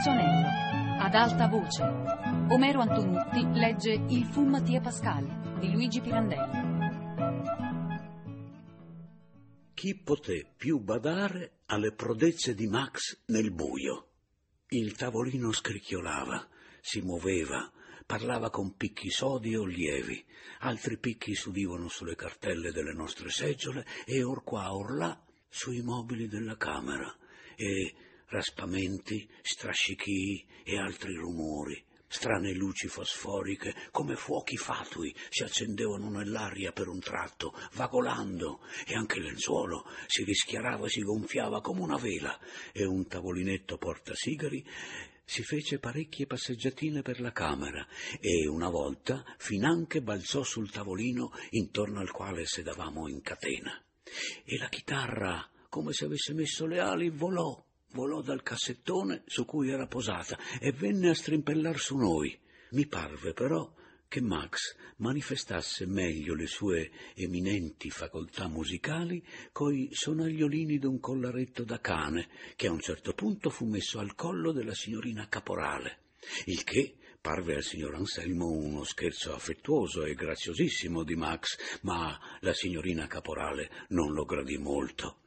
Rossonero. Ad alta voce, Omero Antonutti legge Il fu Mattia Pascal di Luigi Pirandelli. Chi poté più badare alle prodezze di Max nel buio? Il tavolino scricchiolava, si muoveva, parlava con picchi sodi o lievi, altri picchi s'udivano sulle cartelle delle nostre seggiole e or qua or là sui mobili della camera, e raspamenti, strascichii e altri rumori. Strane luci fosforiche, come fuochi fatui, si accendevano nell'aria per un tratto, vagolando, e anche il lenzuolo si rischiarava e si gonfiava come una vela, e un tavolinetto portasigari si fece parecchie passeggiatine per la camera, e una volta finanche balzò sul tavolino intorno al quale sedavamo in catena. E la chitarra, come se avesse messo le ali, volò dal cassettone su cui era posata e venne a strimpellar su noi. Mi parve però che Max manifestasse meglio le sue eminenti facoltà musicali coi sonagliolini d'un collaretto da cane che a un certo punto fu messo al collo della signorina Caporale, il che parve al signor Anselmo uno scherzo affettuoso e graziosissimo di Max, ma la signorina Caporale non lo gradì molto.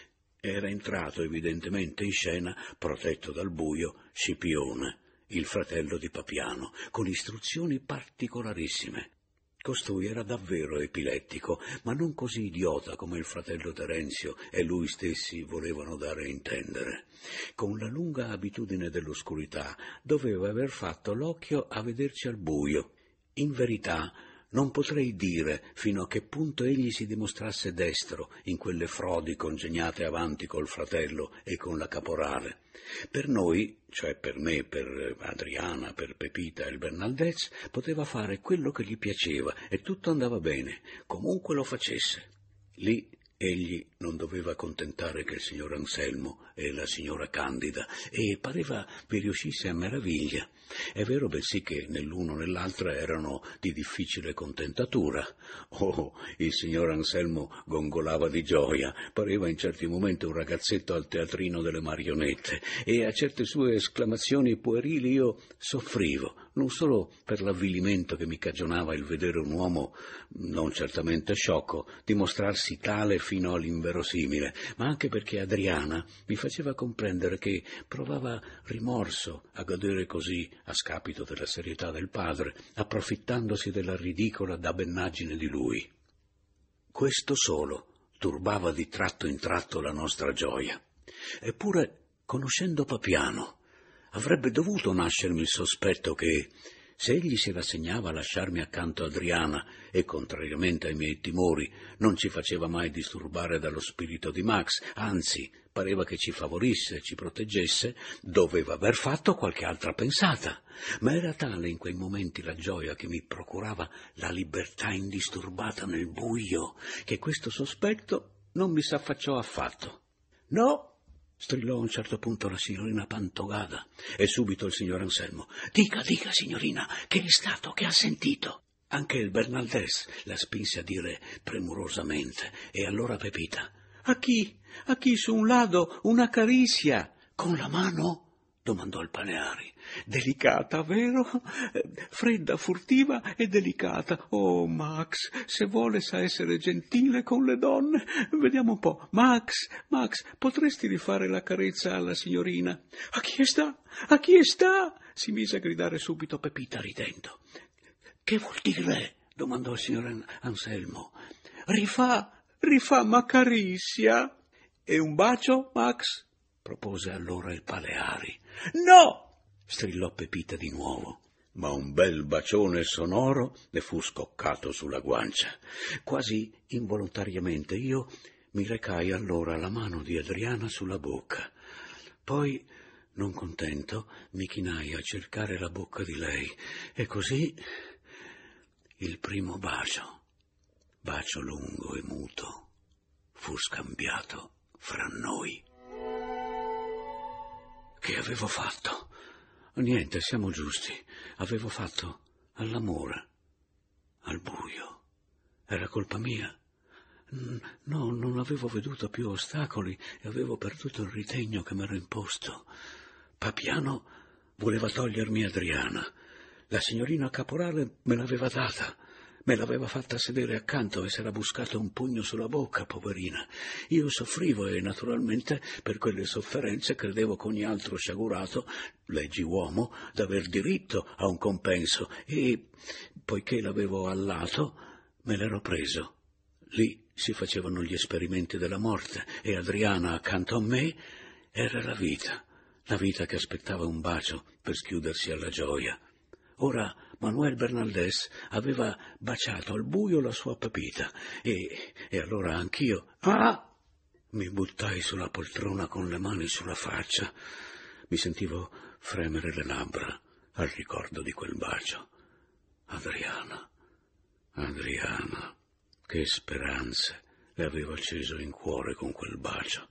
Era entrato evidentemente in scena, protetto dal buio, Scipione, il fratello di Papiano, con istruzioni particolarissime. Costui era davvero epilettico, ma non così idiota come il fratello Terenzio e lui stessi volevano dare a intendere. Con la lunga abitudine dell'oscurità doveva aver fatto l'occhio a vederci al buio. In verità, non potrei dire fino a che punto egli si dimostrasse destro in quelle frodi congegnate avanti col fratello e con la Caporale. Per noi, cioè per me, per Adriana, per Pepita e il Bernaldez, poteva fare quello che gli piaceva e tutto andava bene, comunque lo facesse. Lì egli non doveva contentare che il signor Anselmo e la signora Candida, e pareva vi riuscisse a meraviglia. È vero bensì che nell'uno nell'altra erano di difficile contentatura. Oh, il signor Anselmo gongolava di gioia, pareva in certi momenti un ragazzetto al teatrino delle marionette, e a certe sue esclamazioni puerili io soffrivo, non solo per l'avvilimento che mi cagionava il vedere un uomo, non certamente sciocco, dimostrarsi tale fino all'inverosimile, ma anche perché Adriana mi faceva comprendere che provava rimorso a godere così a scapito della serietà del padre, approfittandosi della ridicola dabbenaggine di lui. Questo solo turbava di tratto in tratto la nostra gioia. Eppure, conoscendo Papiano, avrebbe dovuto nascermi il sospetto che, se egli si rassegnava a lasciarmi accanto Adriana e, contrariamente ai miei timori, non ci faceva mai disturbare dallo spirito di Max, anzi, pareva che ci favorisse, ci proteggesse, doveva aver fatto qualche altra pensata. Ma era tale in quei momenti la gioia che mi procurava la libertà indisturbata nel buio, che questo sospetto non mi s'affacciò affatto. «No!» strillò a un certo punto la signorina Pantogada, e subito il signor Anselmo. Dica, signorina, che è stato, che ha sentito?» Anche il Bernaldez la spinse a dire premurosamente, e allora Pepita. «A chi? A chi su un lado? Una carizia?» «Con la mano?» domandò il Paleari. «Delicata, vero? Fredda, furtiva e delicata. Oh, Max, se vuole sa essere gentile con le donne. Vediamo un po'. Max, potresti rifare la carezza alla signorina?» «A chi sta? A chi sta?» si mise a gridare subito Pepita ridendo. «Che vuol dire?» domandò il signor Anselmo. Rifà, ma carizia!» «E un bacio, Max?» propose allora il Paleari. «No!» strillò Pepita di nuovo, ma un bel bacione sonoro le fu scoccato sulla guancia. Quasi involontariamente io mi recai allora la mano di Adriana sulla bocca. Poi, non contento, mi chinai a cercare la bocca di lei, e così il primo bacio lungo e muto, fu scambiato fra noi. Che avevo fatto? Niente, siamo giusti. Avevo fatto all'amore, al buio. Era colpa mia. No, non avevo veduto più ostacoli e avevo perduto il ritegno che m'ero imposto. Papiano voleva togliermi Adriana. La signorina Caporale me l'aveva data, me l'aveva fatta sedere accanto e s'era buscato un pugno sulla bocca, poverina. Io soffrivo e naturalmente per quelle sofferenze credevo che ogni altro sciagurato, leggi uomo, d'aver diritto a un compenso e, poiché l'avevo allato, me l'ero preso. Lì si facevano gli esperimenti della morte e Adriana accanto a me era la vita che aspettava un bacio per schiudersi alla gioia. Ora Manuel Bernaldez aveva baciato al buio la sua Pepita e allora anch'io... Ah! Mi buttai sulla poltrona con le mani sulla faccia. Mi sentivo fremere le labbra al ricordo di quel bacio. Adriana, che speranze le avevo acceso in cuore con quel bacio.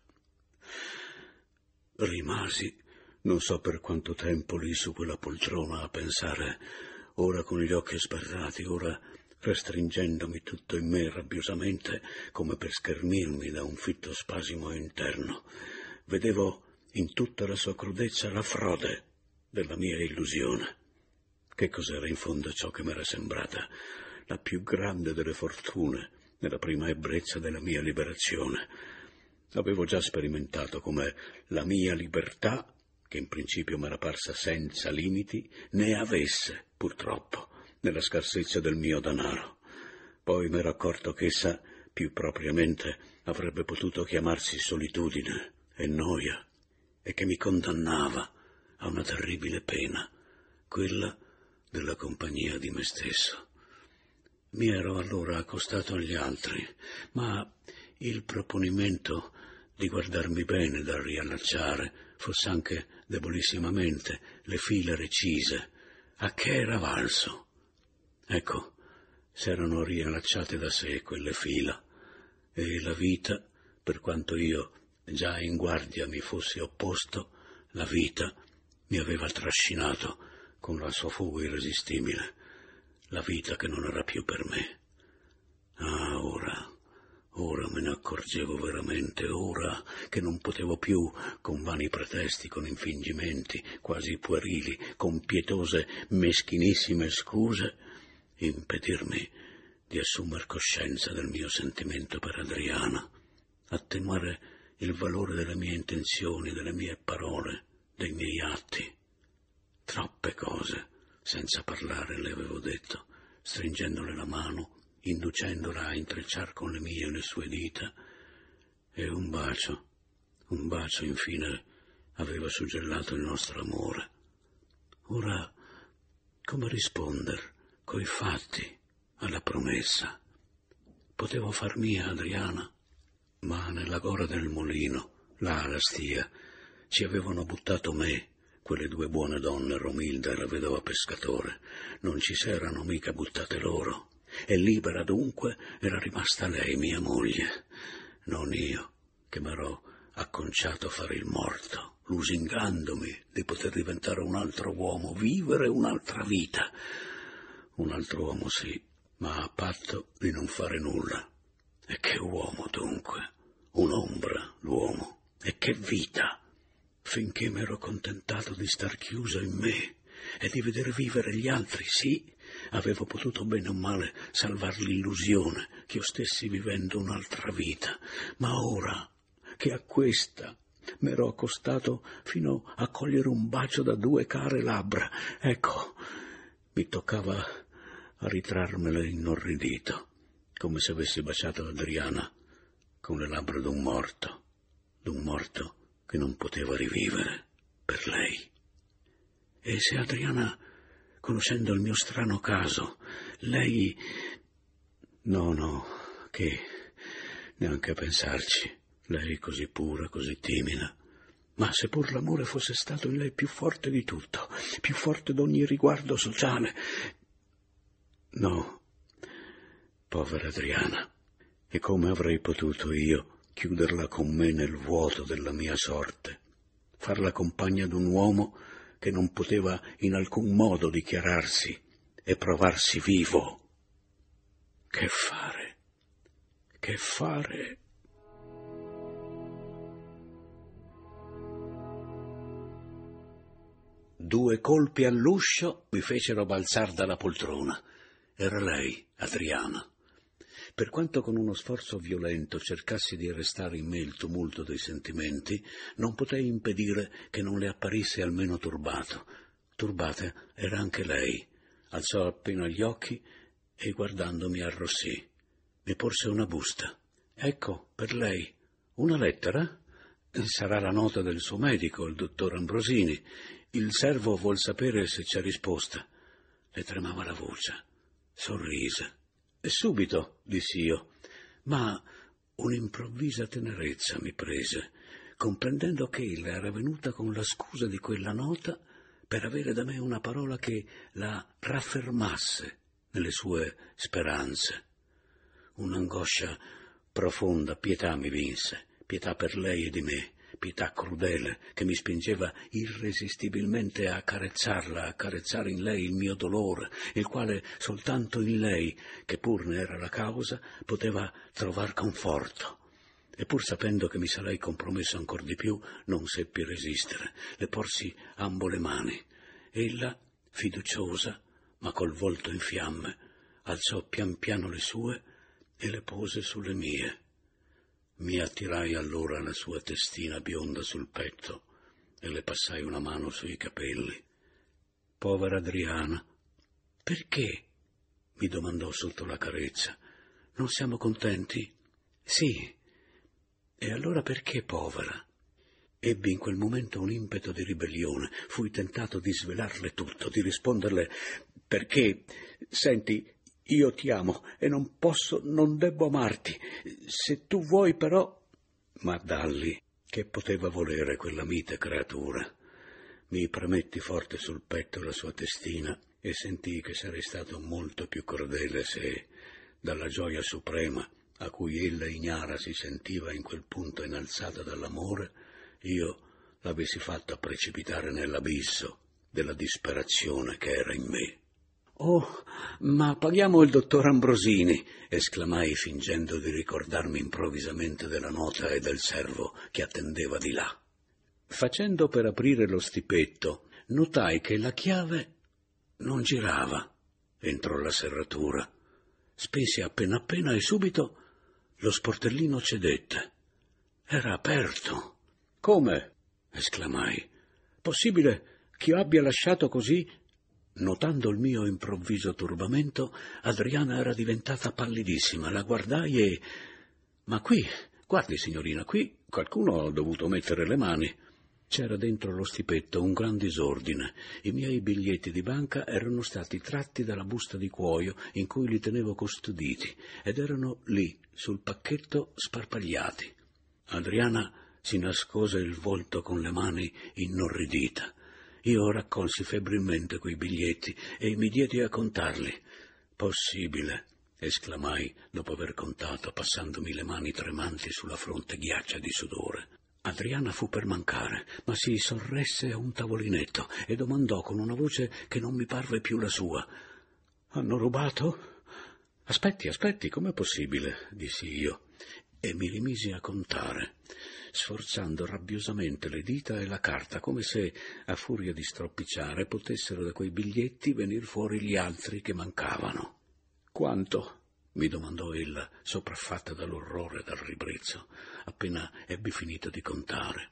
Rimasi, non so per quanto tempo, lì su quella poltrona a pensare, ora con gli occhi sbarrati, ora restringendomi tutto in me rabbiosamente come per schermirmi da un fitto spasimo interno. Vedevo in tutta la sua crudezza la frode della mia illusione. Che cos'era in fondo ciò che m'era sembrata la più grande delle fortune nella prima ebbrezza della mia liberazione? Avevo già sperimentato come la mia libertà, che in principio m'era parsa senza limiti, ne avesse, purtroppo, nella scarsezza del mio denaro. Poi m'ero accorto che essa, più propriamente, avrebbe potuto chiamarsi solitudine e noia, e che mi condannava a una terribile pena, quella della compagnia di me stesso. Mi ero allora accostato agli altri, ma il proponimento di guardarmi bene dal riallacciare, fosse anche debolissimamente, le fila recise, a che era valso? Ecco, s'erano riallacciate da sé quelle fila, e la vita, per quanto io già in guardia mi fossi opposto, la vita mi aveva trascinato con la sua fuga irresistibile, la vita che non era più per me. Ah, ora me ne accorgevo veramente, ora che non potevo più, con vani pretesti, con infingimenti quasi puerili, con pietose, meschinissime scuse, impedirmi di assumer coscienza del mio sentimento per Adriana, attenuare il valore delle mie intenzioni, delle mie parole, dei miei atti. Troppe cose, senza parlare, le avevo detto, stringendole la mano, inducendola a intrecciar con le mie le sue dita, e un bacio infine aveva suggellato il nostro amore. Ora, come risponder coi fatti alla promessa? Potevo far mia Adriana, ma nella gora del mulino, là alla stia, ci avevano buttato me, quelle due buone donne, Romilda e la vedova pescatore. Non ci s'erano mica buttate loro. E libera dunque era rimasta lei, mia moglie, non io, che m'ero acconciato a fare il morto, lusingandomi di poter diventare un altro uomo, vivere un'altra vita. Un altro uomo sì, ma a patto di non fare nulla. E che uomo dunque, un'ombra l'uomo, e che vita, finché m'ero contentato di star chiuso in me e di veder vivere gli altri, sì. Avevo potuto bene o male salvar l'illusione che io stessi vivendo un'altra vita, ma ora che a questa m'ero accostato fino a cogliere un bacio da due care labbra, ecco, mi toccava a ritrarmelo inorridito, come se avessi baciato Adriana con le labbra d'un morto che non poteva rivivere per lei. E se Adriana, conoscendo il mio strano caso, lei... No, che neanche a pensarci, lei così pura, così timida. Ma se pur l'amore fosse stato in lei più forte di tutto, più forte d'ogni riguardo sociale... No, povera Adriana, e come avrei potuto io chiuderla con me nel vuoto della mia sorte, farla compagna d'un uomo che non poteva in alcun modo dichiararsi e provarsi vivo? Che fare? Che fare? 2 colpi all'uscio mi fecero balzar dalla poltrona. Era lei, Adriana. Per quanto con uno sforzo violento cercassi di arrestare in me il tumulto dei sentimenti, non potei impedire che non le apparisse almeno turbato. Turbata era anche lei. Alzò appena gli occhi e guardandomi arrossì. Mi porse una busta. Ecco, per lei. Una lettera? Sarà la nota del suo medico, il dottor Ambrosini. Il servo vuol sapere se c'è risposta. Le tremava la voce. Sorrise. E subito, dissi io, ma un'improvvisa tenerezza mi prese, comprendendo che ella era venuta con la scusa di quella nota per avere da me una parola che la raffermasse nelle sue speranze. Un'angoscia profonda, pietà mi vinse, pietà per lei e di me, pietà crudele che mi spingeva irresistibilmente a carezzarla, a carezzare in lei il mio dolore, il quale soltanto in lei, che pur ne era la causa, poteva trovar conforto. E pur sapendo che mi sarei compromesso ancor di più, non seppi resistere, le porsi ambo le mani. Ella, fiduciosa, ma col volto in fiamme, alzò pian piano le sue e le pose sulle mie. Mi attirai allora la sua testina bionda sul petto e le passai una mano sui capelli. Povera Adriana, perché? Mi domandò sotto la carezza. Non siamo contenti? Sì. E allora perché povera? Ebbi in quel momento un impeto di ribellione. Fui tentato di svelarle tutto, di risponderle perché, senti, io ti amo e non posso, non debbo amarti. Se tu vuoi però... Ma dalli, che poteva volere quella mite creatura? Mi premetti forte sul petto la sua testina e sentii che sarei stato molto più crudele se, dalla gioia suprema a cui ella ignara si sentiva in quel punto innalzata dall'amore, io l'avessi fatta precipitare nell'abisso della disperazione che era in me. «Oh, ma paghiamo il dottor Ambrosini!» esclamai fingendo di ricordarmi improvvisamente della nota e del servo che attendeva di là. Facendo per aprire lo stipetto, notai che la chiave non girava entro la serratura. Spensi appena e subito lo sportellino cedette. Era aperto. «Come?» esclamai. «Possibile che io abbia lasciato così?» Notando il mio improvviso turbamento, Adriana era diventata pallidissima. La guardai e... «Ma qui, guardi signorina, qui qualcuno ha dovuto mettere le mani». C'era dentro lo stipetto un gran disordine. I miei biglietti di banca erano stati tratti dalla busta di cuoio in cui li tenevo custoditi ed erano lì, sul pacchetto, sparpagliati. Adriana si nascose il volto con le mani inorridita. Io raccolsi febbrilmente quei biglietti e mi diedi a contarli. «Possibile!» esclamai dopo aver contato, passandomi le mani tremanti sulla fronte ghiaccia di sudore. Adriana fu per mancare, ma si sorresse a un tavolinetto e domandò con una voce che non mi parve più la sua: «Hanno rubato?» Aspetti, com'è possibile?» dissi io, e mi rimisi a contare, sforzando rabbiosamente le dita e la carta, come se, a furia di stropicciare, potessero da quei biglietti venir fuori gli altri che mancavano. «Quanto?» mi domandò ella, sopraffatta dall'orrore e dal ribrezzo, appena ebbi finito di contare.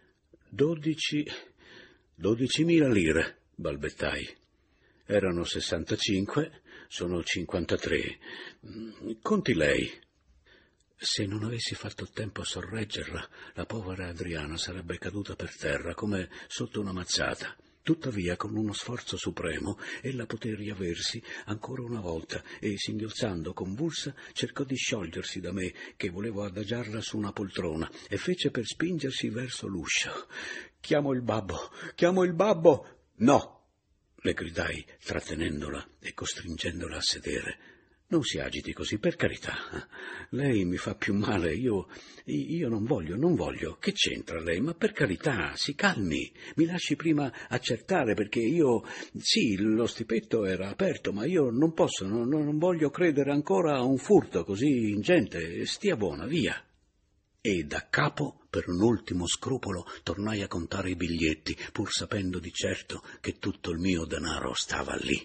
12.000 lire, balbettai. Erano 65, sono 53. Conti lei. Se non avessi fatto tempo a sorreggerla, la povera Adriana sarebbe caduta per terra come sotto una mazzata. Tuttavia, con uno sforzo supremo, ella poté riaversi ancora una volta e, singhiozzando convulsa, cercò di sciogliersi da me, che volevo adagiarla su una poltrona, e fece per spingersi verso l'uscio. Chiamo il babbo! No!» le gridai, trattenendola e costringendola a sedere. «Non si agiti così, per carità. Lei mi fa più male, io non voglio. Che c'entra lei? Ma per carità, si calmi, mi lasci prima accertare, perché io... Sì, lo stipetto era aperto, ma io non posso, non voglio credere ancora a un furto così ingente. Stia buona, via!» E da capo per un ultimo scrupolo, tornai a contare i biglietti, pur sapendo di certo che tutto il mio denaro stava lì.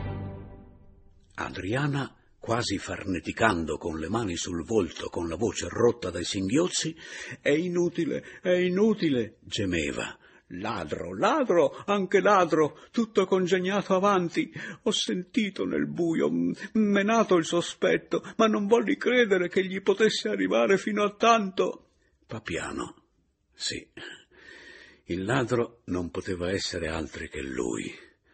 Adriana, quasi farneticando con le mani sul volto, con la voce rotta dai singhiozzi, è inutile, gemeva. Ladro, anche ladro, tutto congegnato avanti. Ho sentito nel buio, menato il sospetto, ma non volli credere che gli potesse arrivare fino a tanto. Papiano, sì, il ladro non poteva essere altri che lui.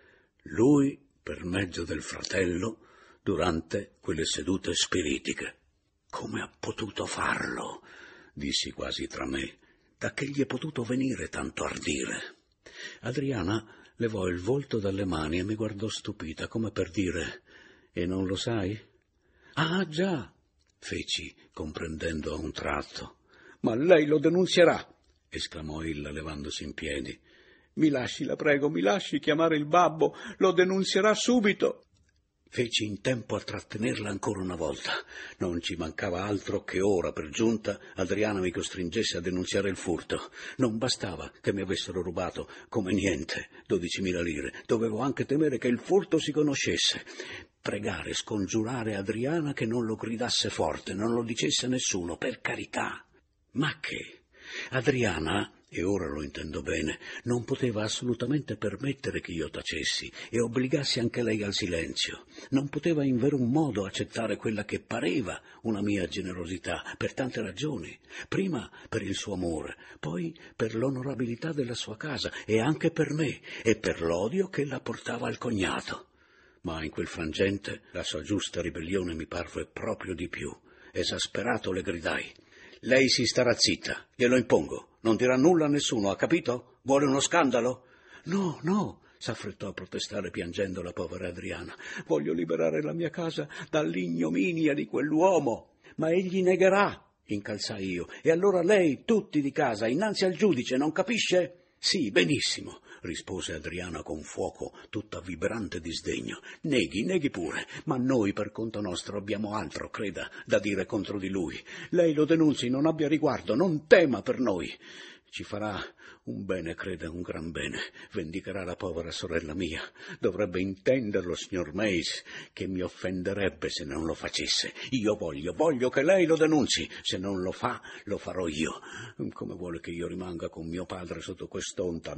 Lui, per mezzo del fratello, durante quelle sedute spiritiche. Come ha potuto farlo? Dissi quasi tra me. Da che gli è potuto venire tanto ardire? Adriana levò il volto dalle mani e mi guardò stupita, come per dire: e non lo sai? Ah, già, feci, comprendendo a un tratto. Ma lei lo denunzierà, esclamò ella levandosi in piedi. Mi lasci, la prego, mi lasci chiamare il babbo, lo denunzierà subito. Feci in tempo a trattenerla ancora una volta. Non ci mancava altro che ora, per giunta, Adriana mi costringesse a denunziare il furto. Non bastava che mi avessero rubato come niente 12.000 lire. Dovevo anche temere che il furto si conoscesse. Pregare, scongiurare Adriana che non lo gridasse forte, non lo dicesse a nessuno, per carità. Ma che? Adriana, e ora lo intendo bene, non poteva assolutamente permettere che io tacessi e obbligassi anche lei al silenzio. Non poteva in verun modo accettare quella che pareva una mia generosità, per tante ragioni. Prima per il suo amore, poi per l'onorabilità della sua casa e anche per me e per l'odio che la portava al cognato. Ma in quel frangente la sua giusta ribellione mi parve proprio di più. Esasperato le gridai: lei si starà zitta, glielo impongo, non dirà nulla a nessuno, ha capito? Vuole uno scandalo? No, s'affrettò a protestare piangendo la povera Adriana. Voglio liberare la mia casa dall'ignominia di quell'uomo. Ma egli negherà, incalzai io, e allora lei, tutti di casa, innanzi al giudice, non capisce? Sì, benissimo, rispose Adriana con fuoco, tutta vibrante di sdegno. Neghi pure, ma noi per conto nostro abbiamo altro, creda, da dire contro di lui. Lei lo denunzi, non abbia riguardo, non tema per noi. Ci farà un bene, creda, un gran bene. Vendicherà la povera sorella mia. Dovrebbe intenderlo, signor Mays, che mi offenderebbe se non lo facesse. Io voglio che lei lo denunzi. Se non lo fa, lo farò io. Come vuole che io rimanga con mio padre sotto quest'onta?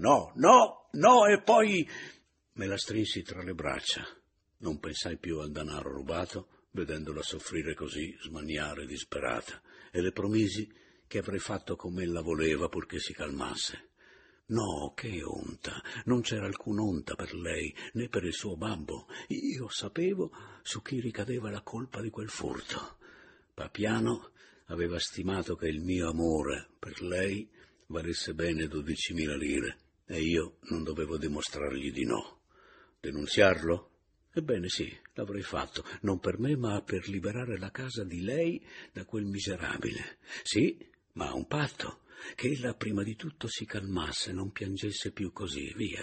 No, e poi... Me la strinsi tra le braccia. Non pensai più al denaro rubato, vedendola soffrire così, smaniare, disperata, e le promisi che avrei fatto come ella voleva purché si calmasse. No, che onta, non c'era alcuna onta per lei, né per il suo babbo. Io sapevo su chi ricadeva la colpa di quel furto. Papiano aveva stimato che il mio amore per lei valesse bene 12.000 lire, e io non dovevo dimostrargli di no. Denunziarlo? Ebbene sì, l'avrei fatto, non per me, ma per liberare la casa di lei da quel miserabile. Sì, ma a un patto, che ella prima di tutto si calmasse, non piangesse più così, via.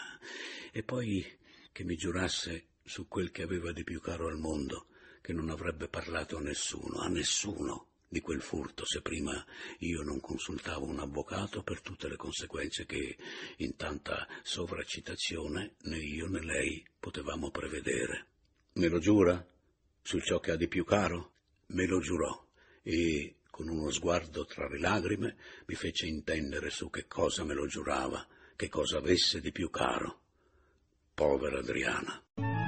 E poi che mi giurasse su quel che aveva di più caro al mondo, che non avrebbe parlato a nessuno di quel furto, se prima io non consultavo un avvocato per tutte le conseguenze che in tanta sovraccitazione né io né lei potevamo prevedere. Me lo giura? Su ciò che ha di più caro? Me lo giurò, e con uno sguardo tra le lagrime mi fece intendere su che cosa me lo giurava, che cosa avesse di più caro. Povera Adriana.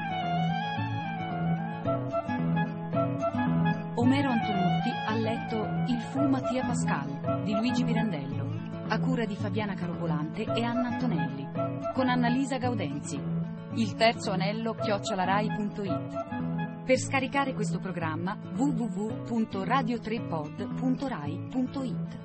Omero Antonutti ha letto Il fu Mattia Pascal di Luigi Pirandello, a cura di Fabiana Carobolante e Anna Antonelli, con Annalisa Gaudenzi. Il terzo anello @rai.it. Per scaricare questo programma www.radio3pod.rai.it.